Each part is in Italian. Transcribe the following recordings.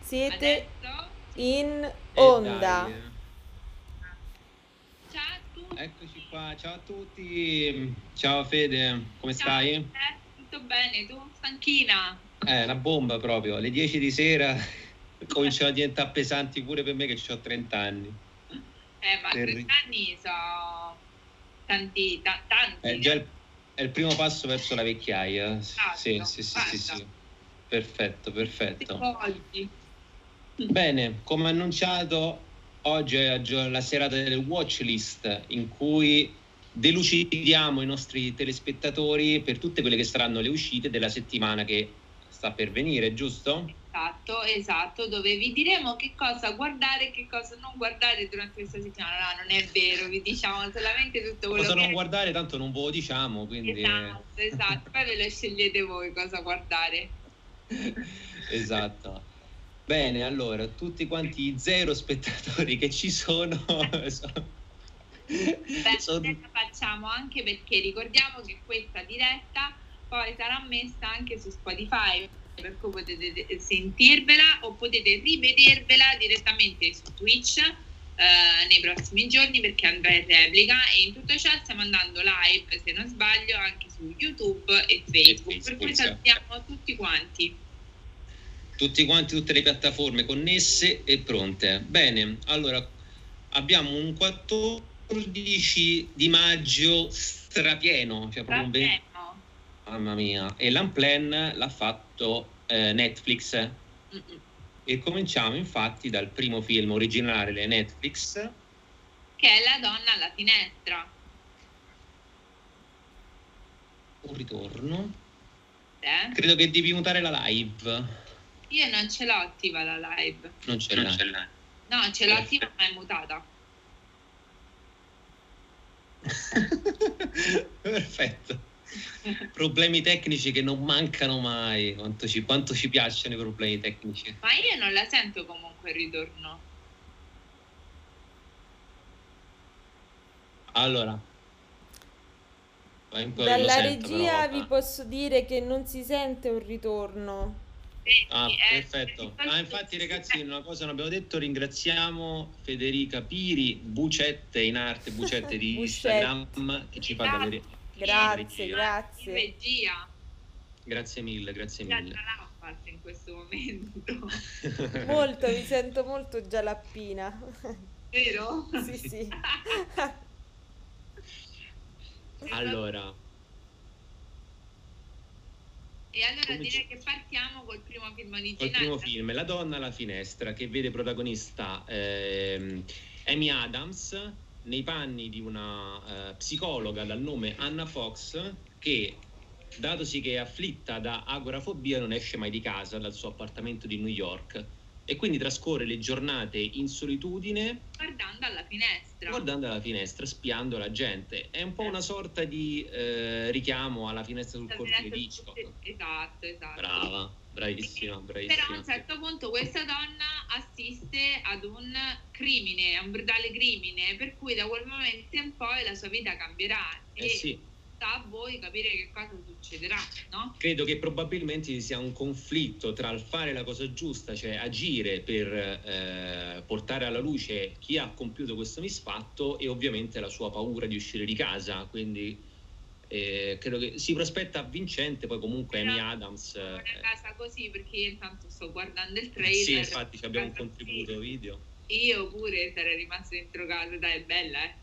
Siete Adesso sì. in E dai, onda. Ciao a tutti. eccoci qua. Ciao a tutti. Ciao Fede, come Ciao, stai? tutto bene? Tu? Stanchina? Una bomba proprio. Alle 10 di sera cominciano a diventare pesanti pure per me che ho 30 anni. Ma 30 anni sono tanti, È tanti. già è il primo passo verso la vecchiaia. Sì, Esatto, sì, sì, sì, guarda. sì. Perfetto, perfetto. Oggi. Bene, come annunciato, oggi è la serata del watch list in cui delucidiamo i nostri telespettatori per tutte quelle che saranno le uscite della settimana che sta per venire, giusto? Esatto, dove vi diremo che cosa guardare e che cosa non guardare durante questa settimana. No, non è vero, vi diciamo solamente tutto quello Cosa che non guardare, tanto non ve lo diciamo, quindi... Esatto, poi ve lo scegliete voi cosa guardare. Esatto. Bene, allora, tutti quanti i 0 spettatori che ci sono... Beh, la facciamo anche perché ricordiamo che questa diretta poi sarà messa anche su Spotify, per cui potete sentirvela o potete rivedervela direttamente su Twitch nei prossimi giorni, perché andrà in replica, e in tutto ciò stiamo andando live, se non sbaglio, anche su YouTube e Facebook, per cui salutiamo tutti quanti. Tutti quanti, tutte le piattaforme connesse e pronte. Bene, allora abbiamo un 14 di maggio strapieno, cioè proprio Strapieno. Mamma mia. E l'Unplan l'ha fatto Netflix. E cominciamo infatti dal primo film originale di Netflix, che è La donna alla finestra. Un ritorno. Credo che devi mutare la live. Io non ce l'ho attiva la live. Non ce l'hai. No, ce l'ho attiva ma è mutata. Perfetto. Problemi tecnici che non mancano mai. Quanto ci piacciono i problemi tecnici. Ma io non la sento comunque il ritorno. Allora, dalla regia vi posso dire che non si sente un ritorno. Perfetto. Infatti ragazzi, una cosa non abbiamo detto, ringraziamo Federica Piri, Bucette in arte, Bucette di Instagram, che ci fa dalle grazie. Regia. Grazie mille. In questo momento. Molto, mi sento molto gialappina. Vero? Sì. Allora. E allora direi che partiamo col primo film originale. Col primo film, La donna alla finestra, che vede protagonista Amy Adams nei panni di una psicologa dal nome Anna Fox, che, datosi che è afflitta da agorafobia, non esce mai di casa dal suo appartamento di New York e quindi trascorre le giornate in solitudine guardando alla finestra, spiando la gente. È un po' una sorta di richiamo alla finestra sul cortile di Hitchcock. Esatto. Brava, bravissima. Però a un certo punto questa donna assiste ad un crimine, a un brutale crimine, per cui da quel momento in poi la sua vita cambierà. Sì. Sta a voi capire che cosa succederà, no? Credo che probabilmente ci sia un conflitto tra il fare la cosa giusta, cioè agire per portare alla luce chi ha compiuto questo misfatto, e ovviamente la sua paura di uscire di casa, quindi credo che si prospetta vincente. Poi comunque Amy Adams a casa così, perché io intanto sto guardando il trailer. Sì, infatti abbiamo un contributo video. Io pure sarei rimasta dentro casa, dai, è bella,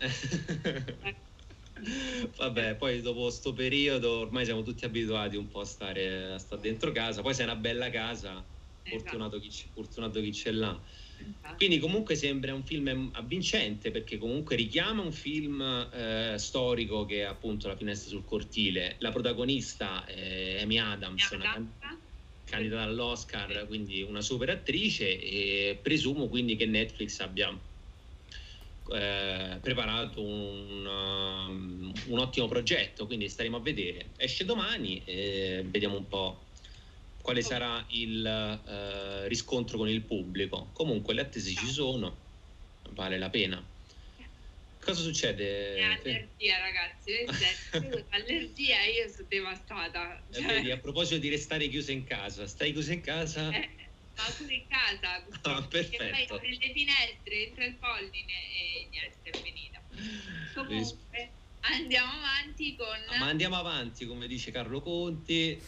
Vabbè, poi dopo sto periodo ormai siamo tutti abituati un po' a stare dentro casa. Poi se è una bella casa, fortunato chi ce l'ha. Quindi comunque sembra un film avvincente, perché comunque richiama un film storico che è appunto La finestra sul cortile. La protagonista è Amy Adams, una candidata all'Oscar, quindi una super attrice, e presumo quindi che Netflix abbia preparato un ottimo progetto, quindi staremo a vedere. Esce domani e vediamo un po' quale sarà il riscontro con il pubblico. Comunque le attese ci sono, vale la pena. Cosa succede? Allergia, ragazzi, allergia, io sono devastata. Vedi, a proposito di restare chiusa in casa, stai chiusa in casa? Ma pure in casa, purtroppo, perché poi perfetto. apri le finestre, entra il polline e niente, è finita. Comunque, andiamo avanti con... Ma andiamo avanti, come dice Carlo Conti,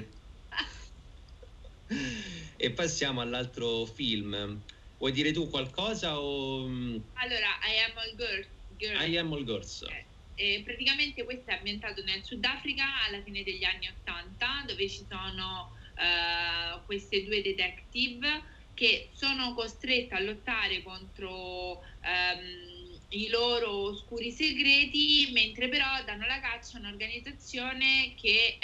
e passiamo all'altro film. Vuoi dire tu qualcosa o... Allora, I Am All Girls. I Am All Girls. Praticamente questo è ambientato nel Sudafrica alla fine degli anni '80, dove ci sono queste due detective che sono costrette a lottare contro i loro oscuri segreti, mentre però danno la caccia a un'organizzazione che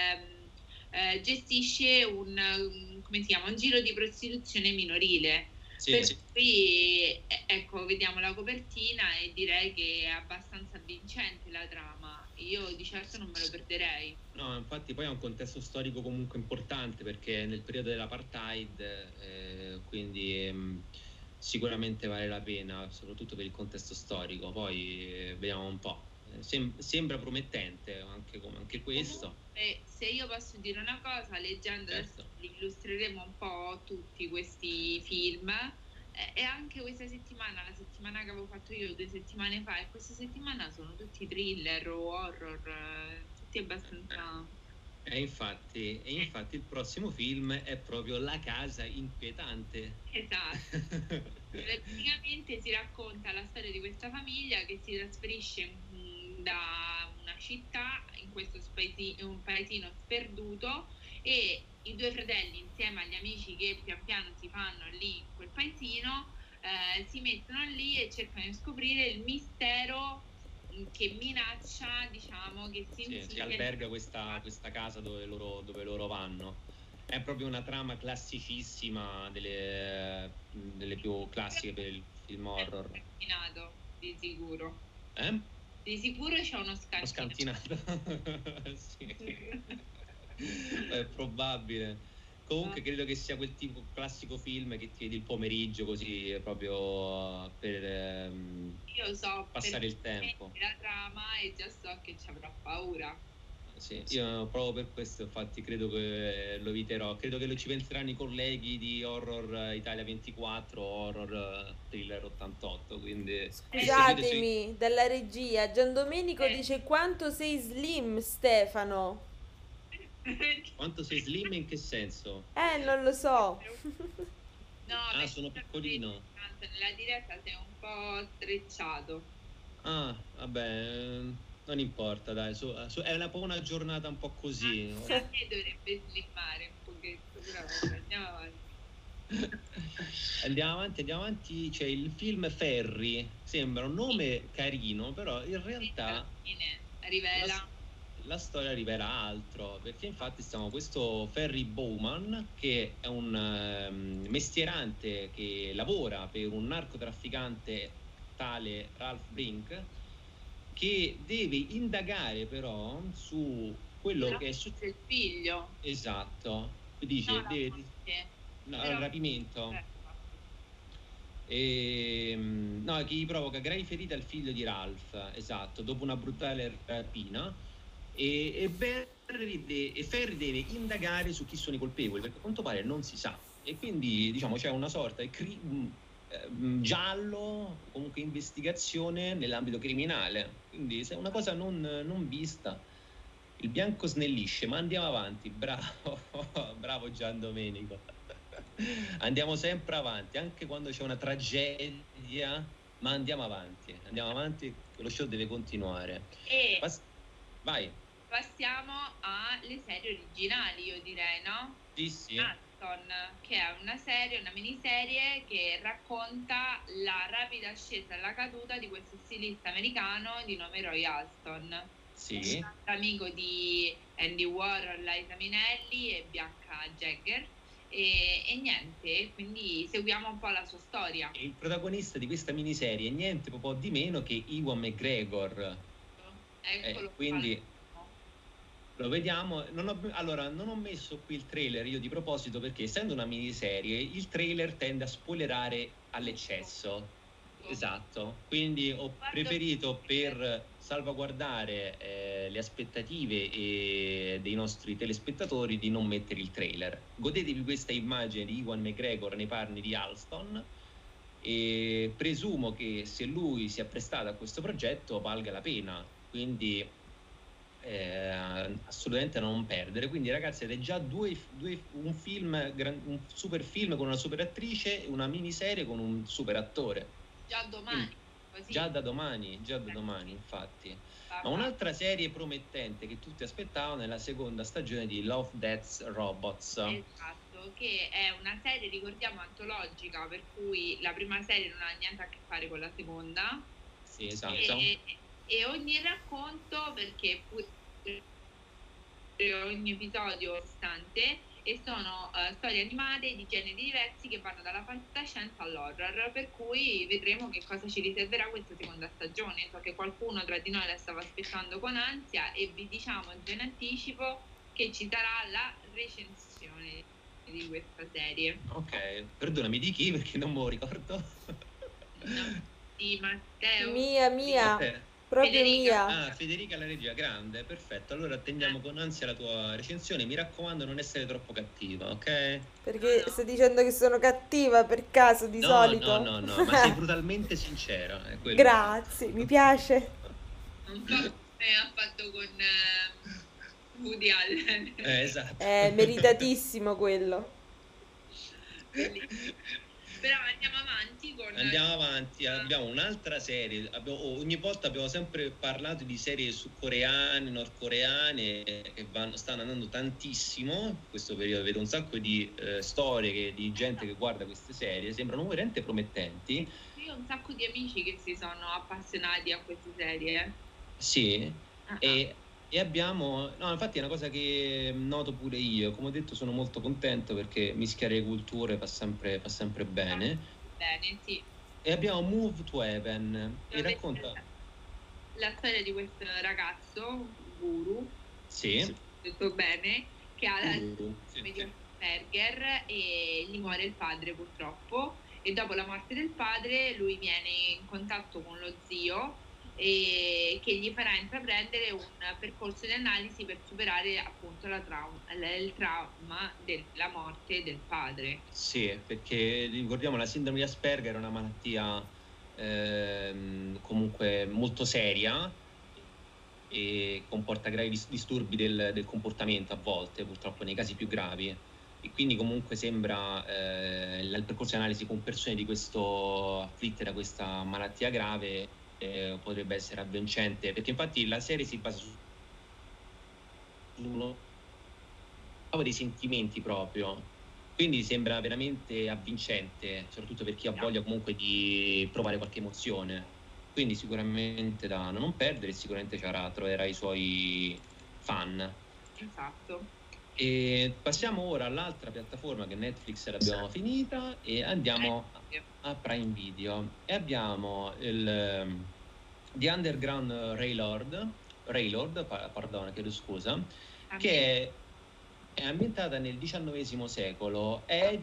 gestisce come si chiama, un giro di prostituzione minorile. Sì, Per sì. cui ecco, vediamo la copertina e direi che è abbastanza vincente la trama. Io di certo non me lo perderei. No, infatti poi è un contesto storico comunque importante perché è nel periodo dell'apartheid, quindi sicuramente vale la pena, soprattutto per il contesto storico. Poi vediamo un po'. Sembra promettente anche questo. Comunque, se io posso dire una cosa, leggendo Certo. adesso li illustreremo un po' tutti questi film. E anche questa settimana, la settimana che avevo fatto io 2 settimane fa, e questa settimana sono tutti thriller o horror, tutti abbastanza... E infatti il prossimo film è proprio La casa inquietante. Esatto. Praticamente si racconta la storia di questa famiglia che si trasferisce da una città in questo un paesino sperduto, e i due fratelli insieme agli amici che pian piano si fanno lì in quel paesino si mettono lì e cercano di scoprire il mistero che minaccia, diciamo, che si alberga questa casa dove loro vanno. È proprio una trama classicissima, delle più classiche per il film horror. Scantinato, di sicuro. Di sicuro c'è uno scantinato. Sì. È probabile. Comunque credo che sia quel tipo classico film che ti vedi il pomeriggio così proprio per io so passare il tempo. La trama e già so che ci avrò paura. Sì, io proprio per questo infatti credo che lo eviterò. Credo che ci penseranno i colleghi di Horror Italia 24, Horror Thriller 88, quindi... Scusatemi, dalla regia, Giandomenico dice: quanto sei slim, Stefano? Quanto sei slim in che senso? Non lo so. No, sono piccolino. Nella diretta sei un po' strecciato. Vabbè, non importa, dai, è un po' una giornata un po' così. A me dovrebbe slimmare un pochetto, però andiamo avanti. Andiamo avanti, c'è il film Ferry, sembra un nome carino, però in realtà rivela la storia rivela altro, perché infatti stiamo questo Ferry Bowman, che è un mestierante che lavora per un narcotrafficante tale Ralph Brink, che deve indagare però su quello che è successo. Il figlio. Esatto, dice il rapimento. Che gli provoca gravi ferite al figlio di Ralph, esatto, dopo una brutale rapina. E Ferry deve indagare su chi sono i colpevoli, perché a quanto pare non si sa, e quindi diciamo c'è una sorta di giallo, comunque investigazione nell'ambito criminale, quindi se è una cosa non vista. Il bianco snellisce, ma andiamo avanti. Bravo Giandomenico. Andiamo sempre avanti, anche quando c'è una tragedia, ma andiamo avanti, lo show deve continuare. Vai. Passiamo alle serie originali, io direi, no? Sì. Aston, che è una miniserie che racconta la rapida ascesa alla caduta di questo stilista americano di nome Roy Aston. Sì. Amico di Andy Warhol, Liza Minnelli e Bianca Jagger. E niente, quindi seguiamo un po' la sua storia. E il protagonista di questa miniserie è niente po' di meno che Ewan McGregor. Eccolo, quindi lo vediamo. Non ho messo qui il trailer io di proposito, perché essendo una miniserie il trailer tende a spoilerare all'eccesso, Esatto, quindi ho preferito per salvaguardare le aspettative dei nostri telespettatori di non mettere il trailer. Godetevi questa immagine di Ewan McGregor nei panni di Alston e presumo che se lui si è prestato a questo progetto valga la pena, quindi assolutamente non perdere. Quindi ragazzi, avete già un film, un super film con una super attrice e una miniserie con un super attore. Già domani. Così. Già da domani, infatti. Ma un'altra serie promettente che tutti aspettavano è la seconda stagione di Love, Death, Robots. Esatto, che è una serie, ricordiamo, antologica, per cui la prima serie non ha niente a che fare con la seconda. Sì, esatto. E ogni racconto, perché ogni episodio è stante, e sono storie animate di generi diversi che vanno dalla fantascienza all'horror, per cui vedremo che cosa ci riserverà questa seconda stagione. So che qualcuno tra di noi la stava aspettando con ansia e vi diciamo già in anticipo che ci sarà la recensione di questa serie. Ok, perdonami, di chi? Perché non me lo ricordo. No, di Matteo. Mia. Proprio Federica. mia. Federica la regia, grande, perfetto. Allora attendiamo con ansia la tua recensione. Mi raccomando, non essere troppo cattiva, ok? Perché stai dicendo che sono cattiva per caso di solito? No, ma sei brutalmente sincera. Grazie, mi piace. Un po' come ha fatto con Woody Allen. Esatto. È meritatissimo quello. Però andiamo avanti abbiamo un'altra serie, ogni volta abbiamo sempre parlato di serie sudcoreane, nordcoreane che stanno andando tantissimo in questo periodo, vedo un sacco di storie di gente che guarda queste serie, sembrano veramente promettenti. Io ho un sacco di amici che si sono appassionati a queste serie. Sì, e abbiamo, no, infatti è una cosa che noto pure io, come ho detto sono molto contento perché mischiare le culture fa sempre bene. Bene, sì. E abbiamo Move to Heaven e racconta la storia di questo ragazzo, Guru, sì, detto bene, che ha Asperger e gli muore il padre purtroppo, e dopo la morte del padre lui viene in contatto con lo zio e che gli farà intraprendere un percorso di analisi per superare appunto il trauma della morte del padre. Sì, perché ricordiamo la sindrome di Asperger è una malattia comunque molto seria e comporta gravi disturbi del comportamento a volte, purtroppo nei casi più gravi, e quindi comunque sembra il percorso di analisi con persone di questo afflitte da questa malattia grave potrebbe essere avvincente, perché infatti la serie si basa su dei sentimenti proprio, quindi sembra veramente avvincente, soprattutto per chi ha voglia comunque di provare qualche emozione, quindi sicuramente da non perdere, sicuramente troverà i suoi fan. Esatto. E passiamo ora all'altra piattaforma che Netflix l'abbiamo finita e andiamo a Prime Video e abbiamo The Underground Railroad, pardon, chiedo scusa, che è ambientata nel XIX secolo, è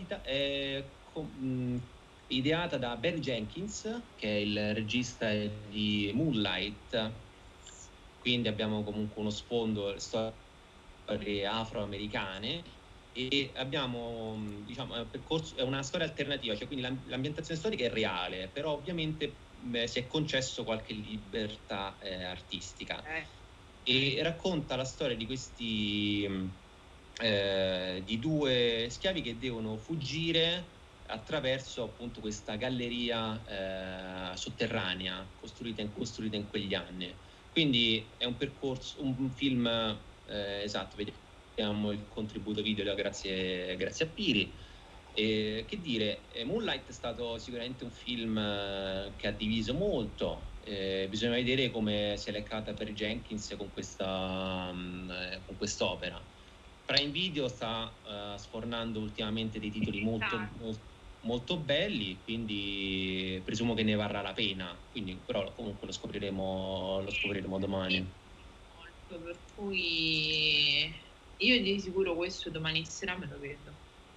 ideata da Barry Jenkins, che è il regista di Moonlight, quindi abbiamo comunque uno sfondo storie afroamericane e abbiamo, diciamo, è una storia alternativa, cioè quindi l'ambientazione storica è reale, però ovviamente si è concesso qualche libertà artistica e racconta la storia di questi di due schiavi che devono fuggire attraverso appunto questa galleria sotterranea costruita in quegli anni. Quindi è un percorso, un film esatto, vediamo il contributo video grazie a Piri. Che dire, Moonlight è stato sicuramente un film che ha diviso molto, bisogna vedere come si è leccata per Jenkins con quest'opera. Prime Video sta sfornando ultimamente dei titoli molto belli, quindi presumo che ne varrà la pena, quindi però comunque lo scopriremo domani. Per cui io di sicuro questo domani sera me lo vedo.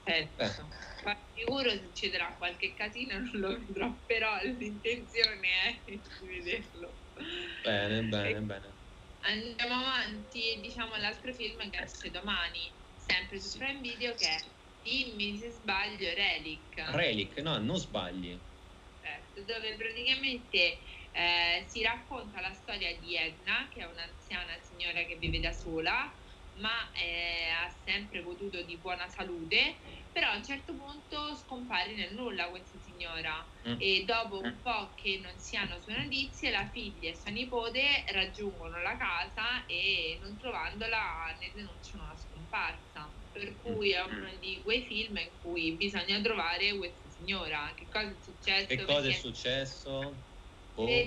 Perfetto. Ma sicuro succederà qualche casino, non lo vedrò, però l'intenzione è di vederlo. Bene, E bene. andiamo avanti, diciamo l'altro film che esce domani, sempre su Sì. Prime Video, che è, dimmi se sbaglio, Relic. Relic, no, non sbagli. Dove praticamente si racconta la storia di Edna, che è un'anziana signora che vive da sola, ma ha sempre goduto di buona salute, però a un certo punto scompare nel nulla questa signora e dopo un po' che non si hanno sue notizie, la figlia e sua nipote raggiungono la casa e non trovandola ne denunciano la scomparsa, per cui è uno di quei film in cui bisogna trovare questa signora. Che cosa è successo? Che cosa è successo? E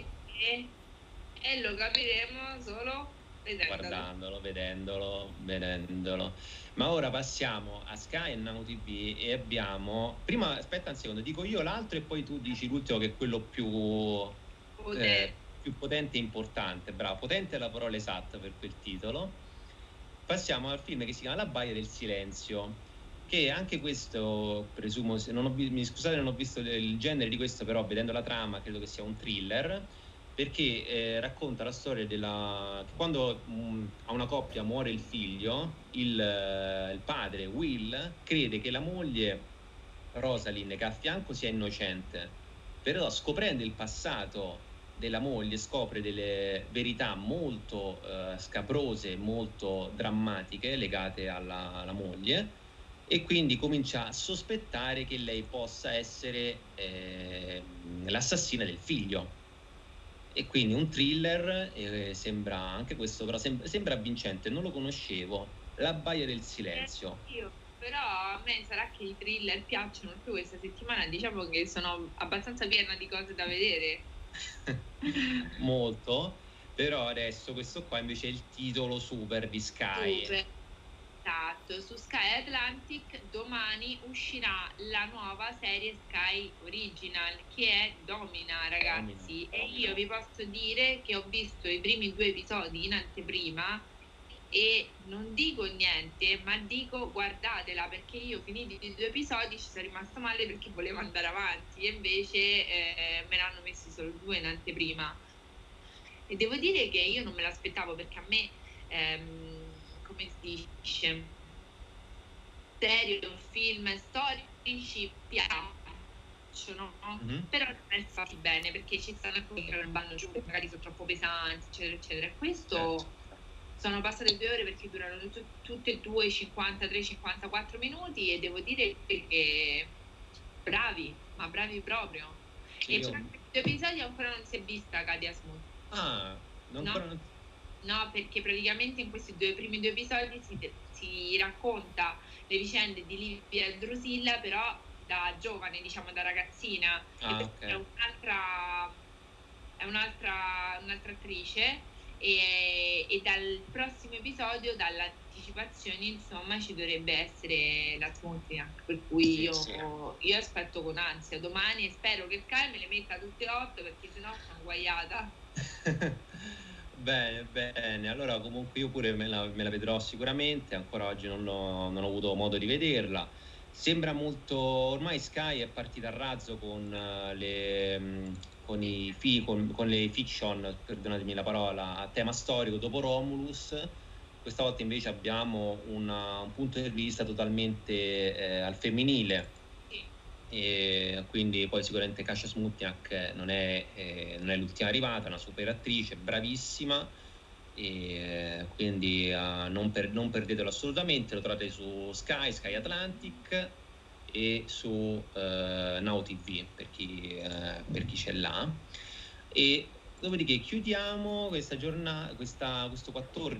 lo capiremo solo guardandolo, vedendolo. Ma ora passiamo a Sky e Now TV e abbiamo... Prima, aspetta un secondo, dico io l'altro e poi tu dici l'ultimo, che è quello più potente e importante. Bravo, potente è la parola esatta per quel titolo. Passiamo al film che si chiama La Baia del Silenzio, che anche questo, presumo, scusate non ho visto il genere di questo, però vedendo la trama credo che sia un thriller, perché racconta la storia della... quando a una coppia muore il figlio, il padre Will crede che la moglie Rosalind che ha a fianco sia innocente, però scoprendo il passato della moglie scopre delle verità molto scabrose, molto drammatiche legate alla moglie, e quindi comincia a sospettare che lei possa essere l'assassina del figlio. E quindi un thriller, sembra anche questo, però sembra avvincente, non lo conoscevo. La Baia del Silenzio. Però a me sarà che i thriller piacciono più questa settimana, diciamo che sono abbastanza piena di cose da vedere. Molto, però adesso questo qua invece è il titolo super di Sky. Super. Esatto, su Sky Atlantic domani uscirà la nuova serie Sky Original, che è Domina, ragazzi. E io vi posso dire che ho visto i primi 2 episodi in anteprima e non dico niente, ma dico guardatela, perché io finiti i 2 episodi ci sono rimasta male perché volevo andare avanti e invece me ne hanno messi solo 2 in anteprima. E devo dire che io non me l'aspettavo, perché a me come si dice, serie o film storici piacciono, però non è fatti bene, perché ci stanno alcuni che non vanno giù, magari sono troppo pesanti, eccetera eccetera. Questo sono passate 2 ore perché durano tutte e 2 53-54 minuti e devo dire che bravi, ma bravi proprio. E per questi 2 episodi ancora non si è vista Katia Smith. No, perché praticamente in questi primi 2 episodi si racconta le vicende di Livia e Drusilla, però da giovane, diciamo da ragazzina. È un'altra attrice e dal prossimo episodio, dall'anticipazione, insomma, ci dovrebbe essere la Smutniak, per cui io aspetto con ansia domani e spero che Sky me le metta tutte e 8, perché sennò sono guaiata. Bene, allora comunque io pure me la vedrò sicuramente, ancora oggi non ho avuto modo di vederla. Sembra molto, ormai Sky è partita a razzo con le fiction, perdonatemi la parola, a tema storico dopo Romulus. Questa volta invece abbiamo un punto di vista totalmente al femminile. E quindi poi sicuramente Kasia Smutniak non è l'ultima arrivata, è una super attrice, bravissima, e quindi non perdetelo assolutamente. Lo trovate su Sky Atlantic e su Now TV per chi ce l'ha. E dopodiché chiudiamo questa giornata, questo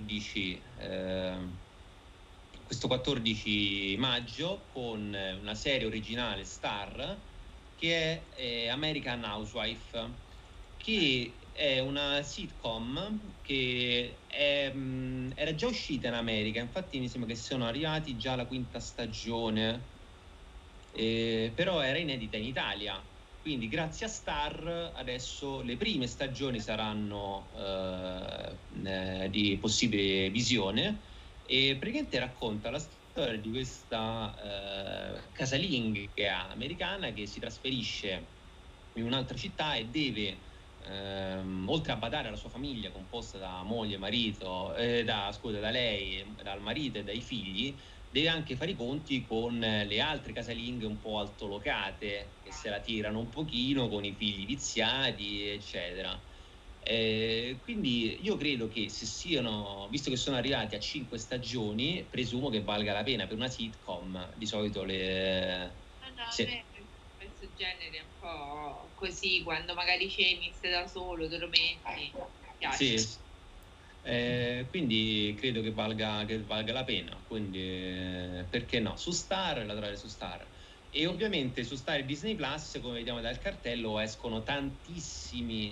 14 maggio con una serie originale Star, che è American Housewife, che è una sitcom che era già uscita in America, infatti mi sembra che sono arrivati già alla 5ª stagione, però era inedita in Italia, quindi grazie a Star adesso le prime stagioni saranno di possibile visione. E praticamente racconta la storia di questa casalinga americana che si trasferisce in un'altra città e deve, oltre a badare alla sua famiglia composta da moglie, marito, da lei, dal marito e dai figli, deve anche fare i conti con le altre casalinghe un po' altolocate che se la tirano un pochino con i figli viziati, eccetera. Quindi io credo che se siano, visto che sono arrivati a 5 stagioni, presumo che valga la pena per una sitcom. Di solito No, questo genere è un po' così, quando magari scemi, stai da solo, te lo metti, piace. Sì. Quindi credo che valga la pena, quindi perché no? Su Star, la trovate su Star. E ovviamente su Star e Disney Plus, come vediamo dal cartello, escono tantissimi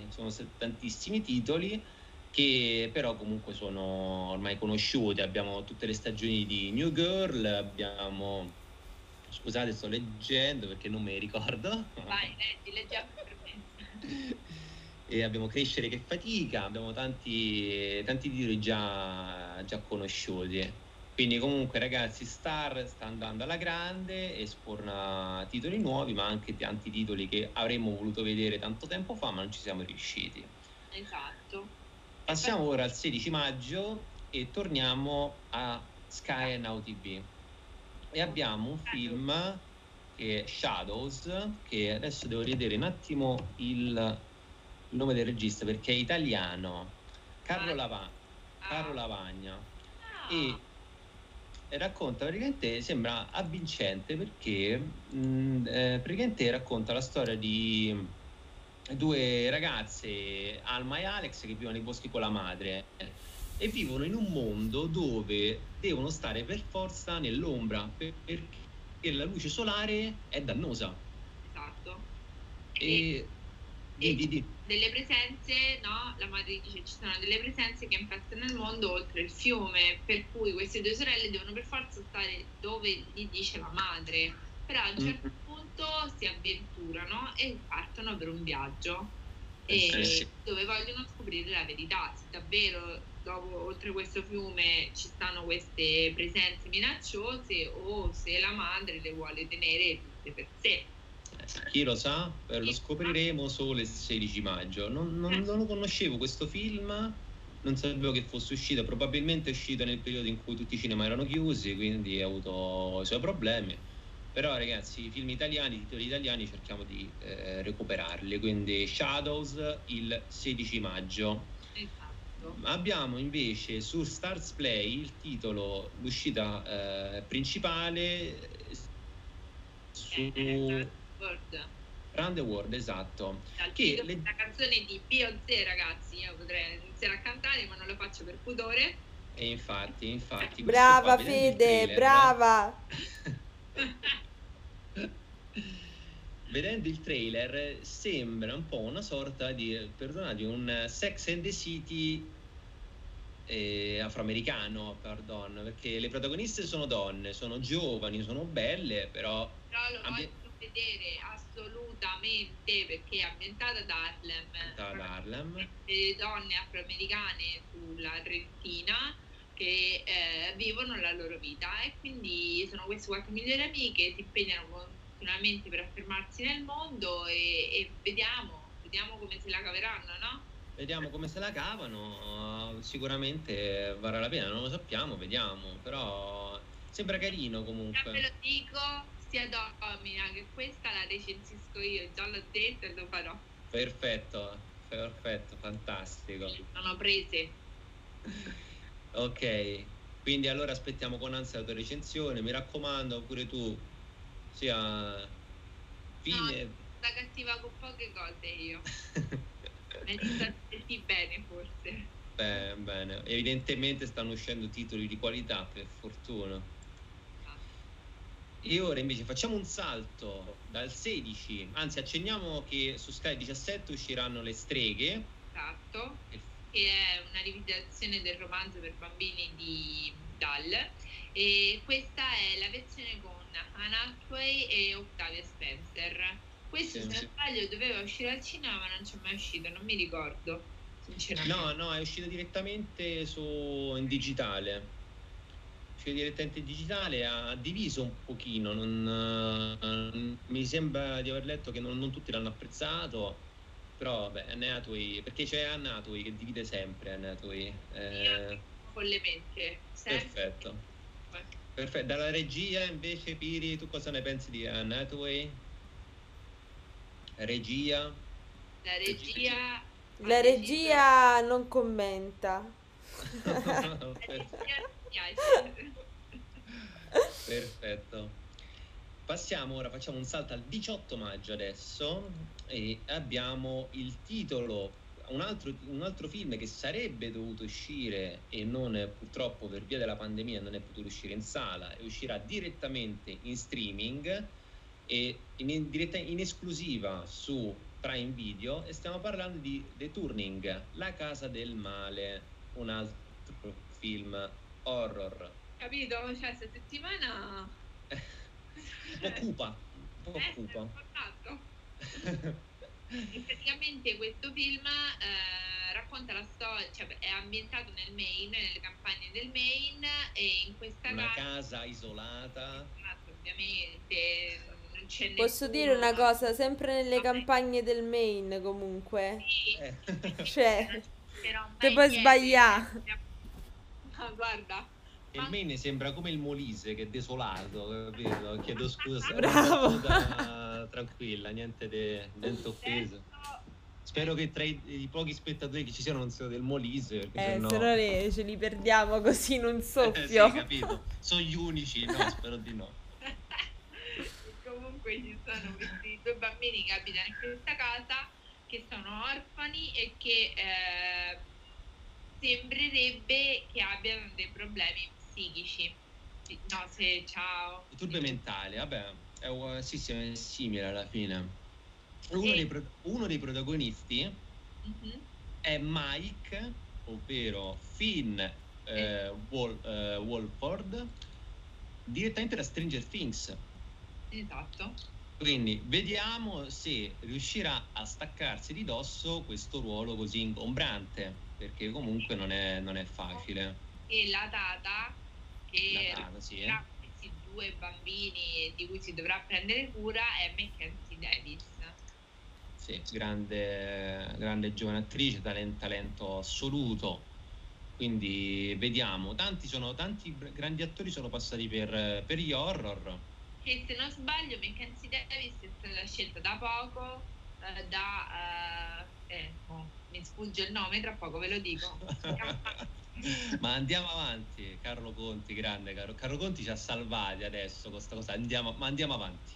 titoli che però comunque sono ormai conosciuti. Abbiamo tutte le stagioni di New Girl, abbiamo, scusate, sto leggendo perché non me ne ricordo. Vai, leggiamo per me. E abbiamo Crescere che fatica, abbiamo tanti titoli già conosciuti. Quindi comunque ragazzi, Star sta andando alla grande e sforna titoli nuovi, ma anche tanti titoli che avremmo voluto vedere tanto tempo fa, ma non ci siamo riusciti. Esatto. Passiamo ora al 16 maggio e torniamo a Sky Now TV. E abbiamo un film che è Shadows, che adesso devo rivedere un attimo il nome del regista perché è italiano, Carlo Lavagna, e racconta praticamente, sembra avvincente perché praticamente racconta la storia di due ragazze, Alma e Alex, che vivono nei boschi con la madre e vivono in un mondo dove devono stare per forza nell'ombra perché la luce solare è dannosa. Esatto. E delle presenze, no? La madre dice ci sono delle presenze che infestano il mondo oltre il fiume, per cui queste due sorelle devono per forza stare dove gli dice la madre, però a un certo punto si avventurano e partono per un viaggio dove vogliono scoprire la verità, se davvero dopo, oltre questo fiume ci stanno queste presenze minacciose o se la madre le vuole tenere tutte per sé. Chi lo sa? Lo scopriremo solo il 16 maggio. Non lo conoscevo questo film, non sapevo che fosse uscito, probabilmente è uscito nel periodo in cui tutti i cinema erano chiusi, quindi ha avuto i suoi problemi. Però ragazzi, i film italiani, i titoli italiani cerchiamo di recuperarli, quindi Shadows il 16 maggio. Esatto. Abbiamo invece su Stars Play il titolo, l'uscita principale su Run the World, esatto. Che la canzone di Beyoncé, ragazzi, io potrei iniziare a cantare ma non lo faccio per pudore. E infatti brava Fede, brava. Vedendo il trailer sembra un po' una sorta di, perdonate, un Sex and the City afroamericano, perché le protagoniste sono donne, sono giovani, sono belle, però lo voglio vedere assolutamente perché è ambientata ad Harlem. Le donne afroamericane sulla Trentina che vivono la loro vita e quindi sono queste 4 migliori amiche, si impegnano continuamente per affermarsi nel mondo e vediamo come se la caveranno, no? Vediamo come se la cavano, sicuramente varrà la pena, non lo sappiamo, vediamo, però sembra carino comunque. Ve lo dico, sia Domina che questa la recensisco io, già l'ho detto e lo farò. Perfetto, fantastico. Sono prese. Ok, quindi allora aspettiamo con ansia la tua recensione, mi raccomando, pure tu sia fine. No, sta cattiva con poche cose io. Mi senti bene forse. Bene, evidentemente stanno uscendo titoli di qualità, per fortuna. E ora invece facciamo un salto dal 16, anzi accenniamo che su Sky 17 usciranno Le Streghe. Esatto, che è una rivisitazione del romanzo per bambini di Dahl e questa è la versione con Anne Hathaway e Octavia Spencer. Questo se non sbaglio doveva uscire al cinema ma non c'è mai uscito, non mi ricordo sinceramente. No, è uscito direttamente in digitale, uscito direttamente in digitale ha diviso un pochino, mi sembra di aver letto che non tutti l'hanno apprezzato, però vabbè, Anne Hathaway, perché c'è Anne Hathaway che divide sempre, Anne Hathaway. Io follemente, sempre. Perfetto. Dalla regia invece, Piri, tu cosa ne pensi di Anne Hathaway? Regia? La regia non commenta. Perfetto. Passiamo ora, facciamo un salto al 18 maggio adesso e abbiamo il titolo, un altro film che sarebbe dovuto uscire e purtroppo per via della pandemia non è potuto uscire in sala e uscirà direttamente in streaming e in esclusiva su Prime Video, e stiamo parlando di The Turning, La casa del male, un altro film horror. Capito? Cioè, questa settimana un po' cupa. E praticamente questo film racconta la storia, cioè è ambientato nel Maine, nelle campagne del Maine, e in questa casa isolata. Ovviamente non c'è Posso nessuno, dire una cosa, sempre nelle campagne del Maine comunque. Sì. Cioè, te puoi sbagliare. Ma guarda. Il Maine sembra come il Molise, che è desolato, capito? Chiedo scusa. Bravo. Tranquilla, niente offesa. Spero che tra i pochi spettatori che ci siano non siano del Molise, perché se no ce li perdiamo così in un soffio. Sì, capito. Sono gli unici, no, spero di no. Comunque ci sono questi due bambini che abitano in questa casa, che sono orfani e che sembrerebbe che abbiano dei problemi psichici. No, se ciao. Disturbi mentali, vabbè, è simile alla fine. Uno dei protagonisti è Mike, ovvero Finn Wolford, direttamente da Stranger Things. Esatto. Quindi vediamo se riuscirà a staccarsi di dosso questo ruolo così ingombrante, perché comunque non è facile. E la Tata, che sì, questi due bambini di cui si dovrà prendere cura, è Mackenzie Davis. Sì, grande giovane attrice, talento assoluto. Quindi vediamo, tanti grandi attori sono passati per gli horror. Che se non sbaglio Mackenzie Davis è stata scelta da poco mi sfugge il nome, tra poco ve lo dico. Ma andiamo avanti, Carlo Conti, grande Carlo Conti ci ha salvati adesso con questa cosa, andiamo avanti.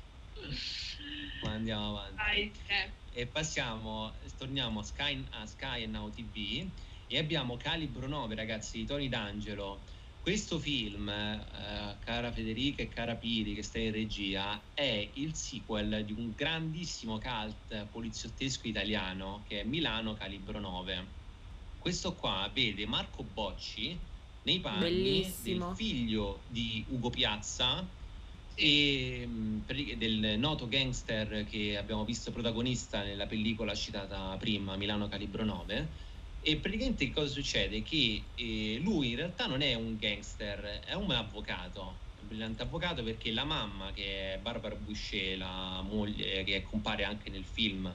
Vai, e torniamo a Sky e Now TV e abbiamo Calibro 9, ragazzi, di Tony D'Angelo. Questo film, cara Federica e cara Piri che sta in regia, è il sequel di un grandissimo cult poliziottesco italiano che è Milano Calibro 9. Questo qua vede Marco Bocci nei panni del figlio di Ugo Piazza e del noto gangster che abbiamo visto protagonista nella pellicola citata prima, Milano Calibro 9. E praticamente che cosa succede? Che lui in realtà non è un gangster, è un avvocato, un brillante avvocato, perché la mamma, che è Barbara Boucher, la moglie che compare anche nel film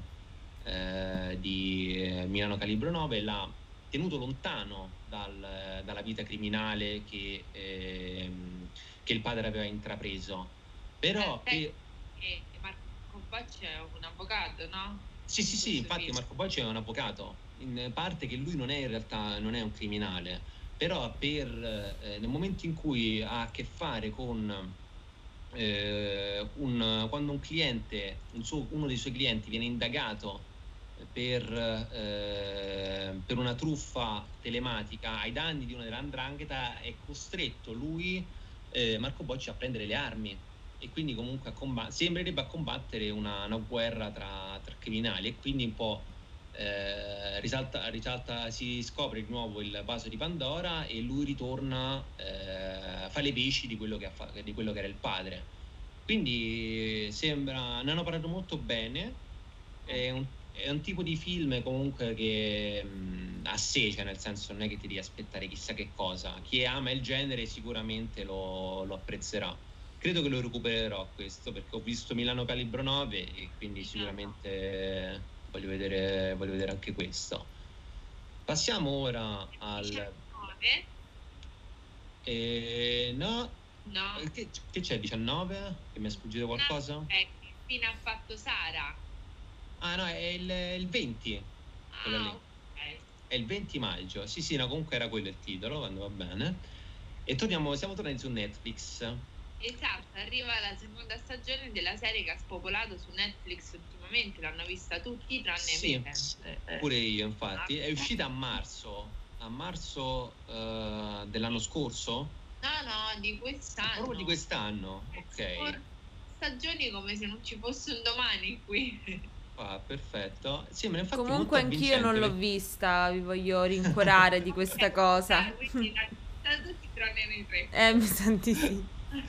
di Milano Calibro 9, l'ha tenuto lontano dalla vita criminale che il padre aveva intrapreso. Però Marco Bocci è un avvocato, no? Sì, infatti Marco Bocci è un avvocato, in parte che lui in realtà non è un criminale, però nel momento in cui ha a che fare con quando un cliente, uno dei suoi clienti viene indagato per una truffa telematica ai danni di una della 'ndrangheta, è costretto lui, Marco Bocci, a prendere le armi e quindi comunque sembrerebbe a combattere una guerra tra criminali, e quindi un po' si scopre di nuovo il vaso di Pandora e lui ritorna, fa le veci di quello che era il padre. Quindi ne hanno parlato molto bene. È è un tipo di film comunque che a sé, cioè nel senso non è che ti devi aspettare chissà che cosa. Chi ama il genere sicuramente lo apprezzerà. Credo che lo recupererò questo, perché ho visto Milano Calibro 9 e quindi sicuramente voglio vedere anche questo. Passiamo ora al... 19. No, No. che c'è, 19? Che mi è sfuggito qualcosa? Che fine ha fatto Sara? Ah no, è il 20, quello lì. Ok. È il 20 maggio. Sì, no, comunque era quello il titolo, quando va bene. E siamo tornati su Netflix. Esatto, arriva la seconda stagione della serie che ha spopolato su Netflix ultimamente, l'hanno vista tutti tranne Sì, me. pure io infatti. È uscita a marzo dell'anno scorso? No, di quest'anno. Proprio di quest'anno, ok. Stagioni come se non ci fosse un domani qui. Ah, perfetto. Sì, ma infatti Comunque molto anch'io non l'ho avvincente. vista, vi voglio rincuorare di questa cosa. Quindi tutti tranne noi tre. Mi senti sì.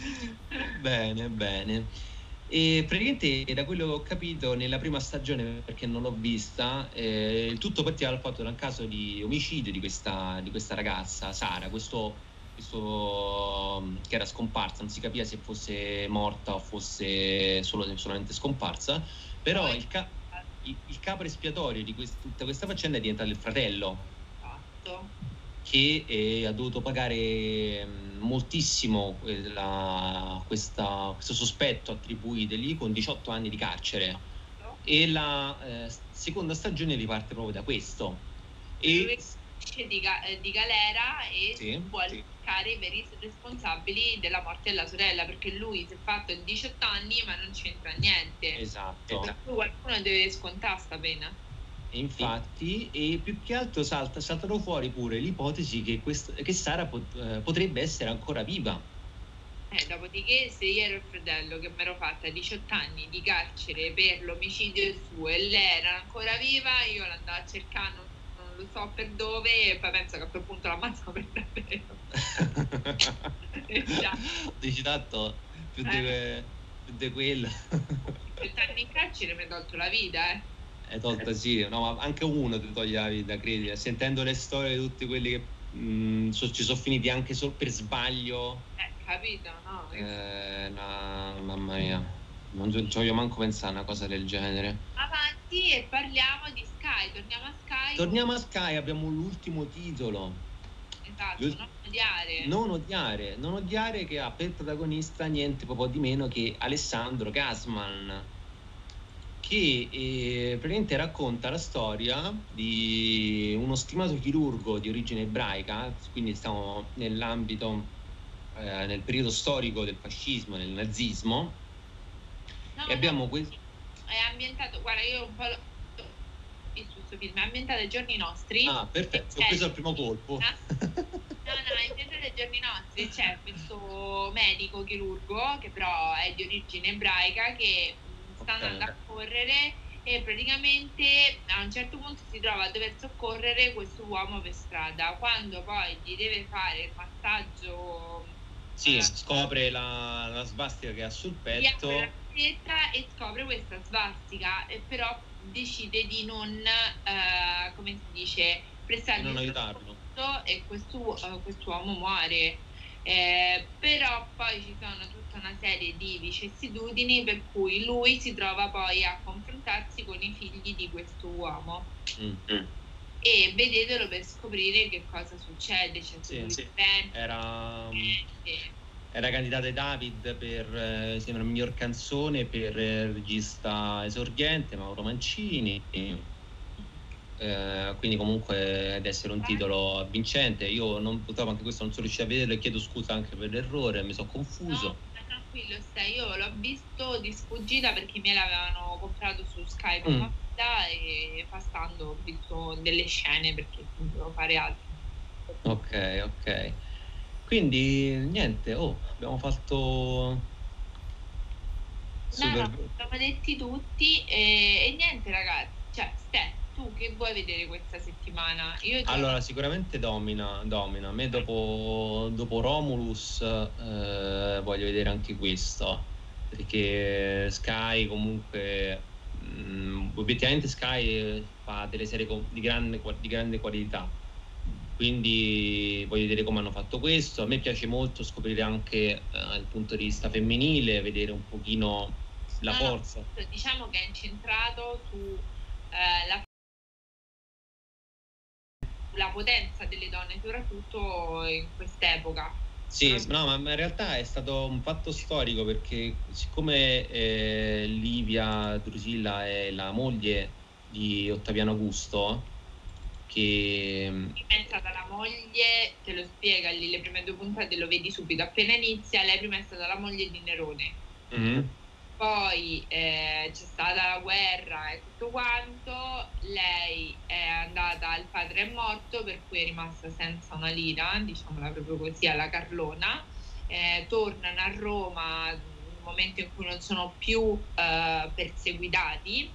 Bene. E praticamente da quello che ho capito nella prima stagione, perché non l'ho vista, il tutto partiva dal fatto da un caso di omicidio di questa ragazza, Sara, questo che era scomparsa, non si capiva se fosse morta o fosse solamente scomparsa, però il capo espiatorio di tutta questa faccenda è diventato il fratello. Esatto. Che ha dovuto pagare moltissimo questo sospetto attribuitegli con 18 anni di carcere. E la seconda stagione riparte proprio da questo. E esce di galera e sì, vuole cercare i veri responsabili della morte della sorella, perché lui si è fatto 18 anni ma non c'entra niente. Esatto. Per cui qualcuno deve scontare sta pena. Infatti, e più che altro saltano fuori pure l'ipotesi che Sara potrebbe essere ancora viva. Dopodiché, se io ero il fratello che mi ero fatta 18 anni di carcere per l'omicidio suo e lei era ancora viva, io l'andavo a cercare, non lo so per dove, e poi penso che a quel punto l'ammazzano per davvero. Dici tanto più di quello. 18 anni in carcere mi ha tolto la vita, È tolta, sì, no, ma anche uno ti toglie la vita, credi. Sentendo le storie di tutti quelli che ci sono finiti anche solo per sbaglio. Capito, no? No, mamma mia, non ci voglio manco pensare a una cosa del genere. Avanti e parliamo di Sky, torniamo a Sky. Abbiamo l'ultimo titolo. Esatto, Non odiare, che ha per protagonista niente proprio di meno che Alessandro Gasman, che praticamente racconta la storia di uno stimato chirurgo di origine ebraica, quindi stiamo nell'ambito, nel periodo storico del fascismo, del nazismo. E abbiamo questo... È ambientato, guarda, io un po' visto questo film, è ambientato ai giorni nostri. Ah, perfetto, ho preso il primo colpo. No, è ambientato ai giorni nostri, c'è questo medico chirurgo che però è di origine ebraica che sta andando a correre e praticamente a un certo punto si trova a dover soccorrere questo uomo per strada. Quando poi gli deve fare il massaggio, scopre la svastica che ha sul petto e scopre questa svastica, e però decide di non, come si dice, prestargli non aiutarlo, e quest'uomo muore. Però poi ci sono tutta una serie di vicissitudini per cui lui si trova poi a confrontarsi con i figli di questo uomo. E vedetelo per scoprire che cosa succede. Era candidato ai David per sembra miglior canzone per regista esordiente Mauro Mancini, quindi comunque ad essere un titolo vincente. Io purtroppo anche questo non sono riuscito a vederlo e chiedo scusa anche per l'errore, mi sono confuso. No, tranquillo, io l'ho visto di sfuggita perché me l'avevano comprato su Skype e passando ho visto delle scene perché dovevo fare altro. Ok. Quindi niente, abbiamo fatto abbiamo detti tutti e niente ragazzi, cioè tu che vuoi vedere questa settimana? Allora sicuramente domina. A me dopo Romulus voglio vedere anche questo, perché Sky comunque obiettivamente Sky fa delle serie di grande qualità, quindi voglio vedere come hanno fatto questo. A me piace molto scoprire anche il punto di vista femminile, vedere un pochino la forza. Diciamo che è incentrato su la potenza delle donne, soprattutto in quest'epoca. Sì, no, ma in realtà è stato un fatto storico, perché siccome Livia Drusilla è la moglie di Ottaviano Augusto, che è stata la moglie, te lo spiega lì, le prime 2 puntate lo vedi subito appena inizia, lei prima è stata la moglie di Nerone. Poi c'è stata la guerra e tutto quanto, lei è andata, il padre è morto, per cui è rimasta senza una lira, diciamola proprio così, alla Carlona. Tornano a Roma nel momento in cui non sono più perseguitati,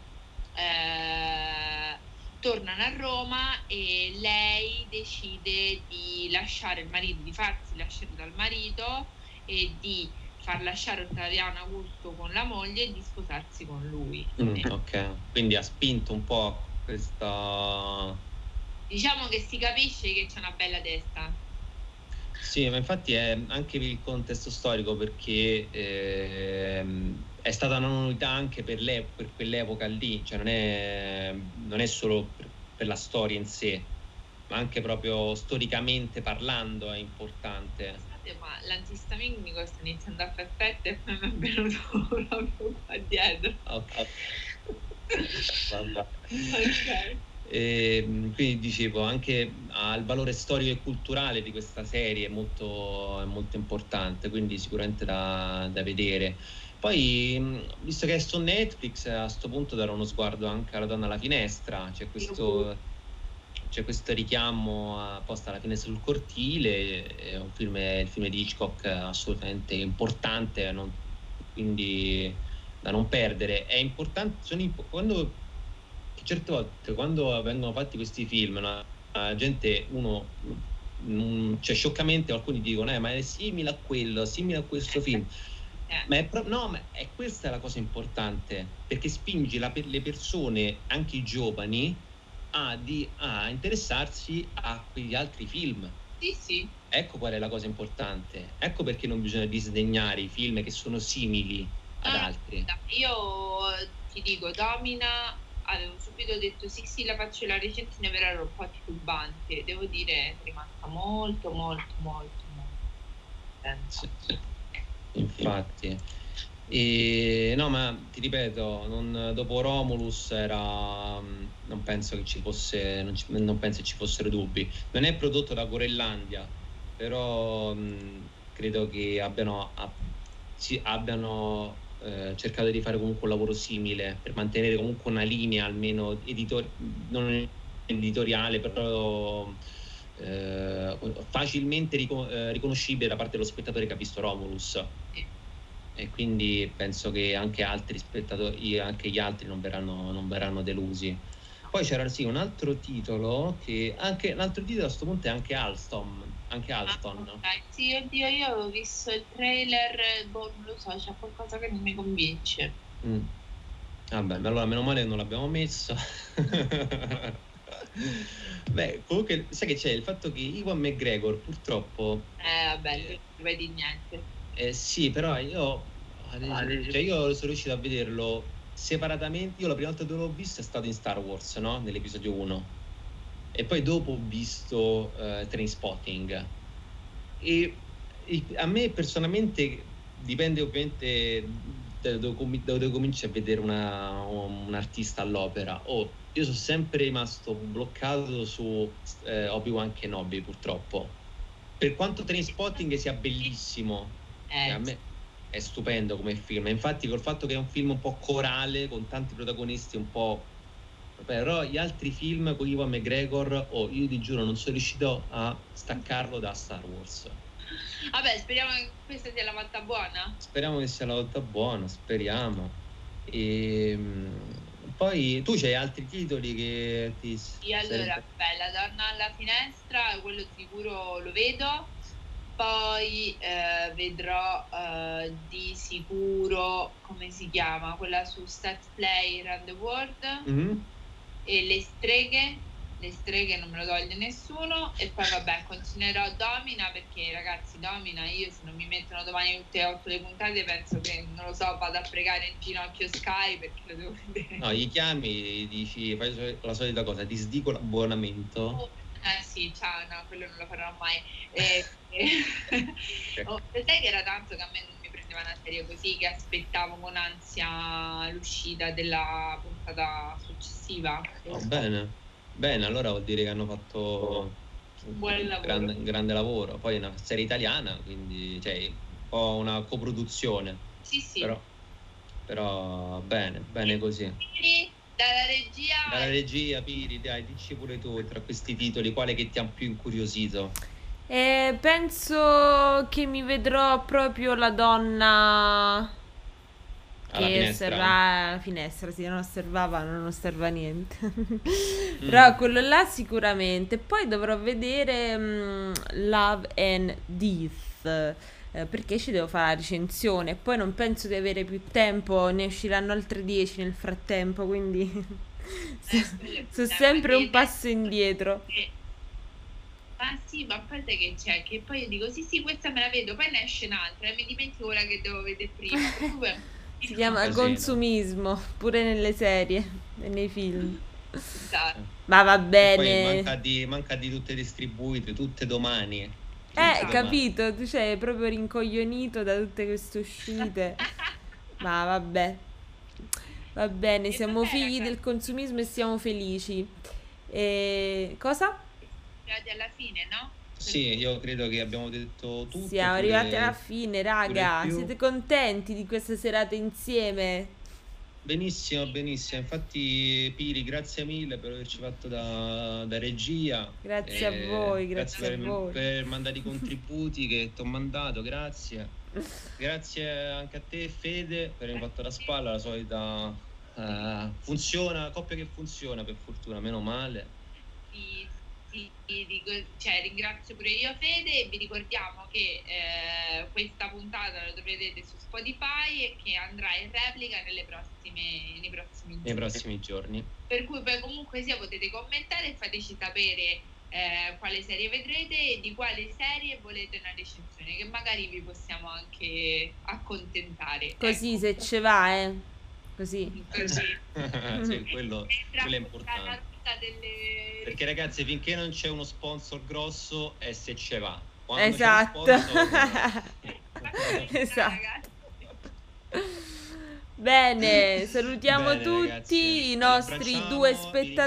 tornano a Roma e lei decide di lasciare il marito, di farsi lasciare dal marito e di far lasciare Ottaviano Augusto con la moglie e di sposarsi con lui. Ok, quindi ha spinto un po' questa... Diciamo che si capisce che c'è una bella testa. Sì, ma infatti è anche per il contesto storico, perché è stata una novità anche per quell'epoca lì, cioè non è solo per la storia in sé, ma anche proprio storicamente parlando è importante. Ma l'antistaminico sta iniziando a fare effetto e poi mi è venuto proprio qua dietro. Ok. Ok. Quindi dicevo, anche il valore storico e culturale di questa serie è molto importante, quindi sicuramente da vedere. Poi, visto che è su Netflix, a sto punto darò uno sguardo anche alla Donna alla finestra. C'è questo richiamo apposta alla finestra sul cortile, è il film di Hitchcock assolutamente importante, quindi da non perdere. È importante, certe volte quando vengono fatti questi film, la gente, cioè scioccamente alcuni dicono ma è simile a quello, simile a questo film. Ma è questa la cosa importante, perché spingi le persone, anche i giovani, a interessarsi a quegli altri film. Sì. Ecco qual è la cosa importante. Ecco perché non bisogna disdegnare i film che sono simili ad altri. Io ti dico, Domina, avevo subito detto sì, la faccio la recensione, però ero un po' titubante. Devo dire, è rimasta molto sì. Infatti. No, ma ti ripeto, dopo Romulus non penso che ci fosse, non penso che ci fossero dubbi. Non è prodotto da Gorellandia, però credo che abbiano cercato di fare comunque un lavoro simile per mantenere comunque una linea almeno non editoriale, però facilmente riconoscibile da parte dello spettatore che ha visto Romulus. E quindi penso che anche altri spettatori, anche gli altri non verranno delusi. Poi c'era un altro titolo a questo punto è anche Alstom. Sì, oddio, io avevo visto il trailer, non lo so, c'è qualcosa che non mi convince. Vabbè, allora meno male che non l'abbiamo messo. Beh, comunque sai che c'è il fatto che Ewan McGregor purtroppo vabbè, non vedi niente. Sì, però io sono riuscito a vederlo separatamente. Io la prima volta che l'ho visto è stato in Star Wars, no? Nell'episodio 1. E poi dopo ho visto Trainspotting. E a me personalmente dipende ovviamente da dove cominci a vedere un artista all'opera. Io sono sempre rimasto bloccato su Obi-Wan Kenobi, purtroppo. Per quanto Trainspotting sia bellissimo, a me è stupendo come film. Infatti col fatto che è un film un po' corale, con tanti protagonisti un po'... Però gli altri film con Ewan McGregor, io ti giuro non sono riuscito a staccarlo da Star Wars. Vabbè, speriamo che questa sia la volta buona. Speriamo che sia la volta buona, speriamo. E poi tu c'hai altri titoli che ti... Sì, allora, La Donna alla finestra, quello sicuro lo vedo. poi vedrò di sicuro, come si chiama, quella su Stat Play Around the World, e le streghe non me lo toglie nessuno, e poi vabbè continuerò Domina, perché ragazzi Domina, io se non mi mettono domani tutte e 8 le puntate penso che, non lo so, vado a pregare in ginocchio Sky perché lo devo vedere. No, gli chiami, dici, fai la solita cosa, ti sdico l'abbonamento. Sì, ciao, no, quello non lo farò mai. Sai che era tanto che a me non mi prendeva una serie così, che aspettavo con ansia l'uscita della puntata successiva. Bene. Bene, allora vuol dire che hanno fatto un buon lavoro. Grande lavoro. Poi è una serie italiana, quindi un po' una coproduzione. Sì. Però bene così. Dalla regia, Piri, dai, dici pure tu tra questi titoli quale che ti ha più incuriosito? Penso che mi vedrò proprio la donna che osserva alla finestra, sì, non osserva niente. Però quello là sicuramente. Poi dovrò vedere Love and Death, perché ci devo fare la recensione. Poi non penso di avere più tempo, ne usciranno altre 10 nel frattempo, quindi sono sempre un passo indietro. Ah sì, ma poi sai che c'è? Che poi io dico sì, questa me la vedo, poi ne esce un'altra e mi dimentico quella che devo vedere prima. Si chiama consumismo, pure nelle serie e nei film. Esatto. Ma va bene. Poi manca di tutte distribuite, tutte domani. Capito, tu sei proprio rincoglionito da tutte queste uscite. Ma vabbè. Va bene, siamo figli del consumismo e siamo felici. Cosa? Alla fine, no? Sì, io credo che abbiamo detto tutto. Siamo arrivati alla fine, raga. Siete contenti di questa serata insieme? Benissimo. Infatti, Piri, grazie mille per averci fatto da regia. Grazie a voi, grazie a voi. Per mandare i contributi che ti ho mandato, grazie. Grazie anche a te, Fede, per aver fatto la spalla, la solita funziona, coppia che funziona per fortuna, meno male. Ringrazio pure io Fede, e vi ricordiamo che questa puntata la troverete su Spotify e che andrà in replica nei prossimi giorni. Per cui poi comunque sia potete commentare e fateci sapere quale serie vedrete e di quale serie volete una recensione, che magari vi possiamo anche accontentare. Così, se ce va, così. Sì, quello è importante. Perché ragazzi, finché non c'è uno sponsor grosso è se ce va. Quando esatto. c'è sponsor, esatto. Bene, salutiamo tutti, ragazzi, i nostri 2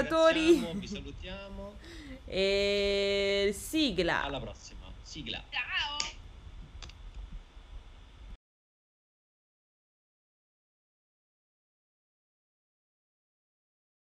spettatori. Vi salutiamo. E sigla. Alla prossima. Sigla.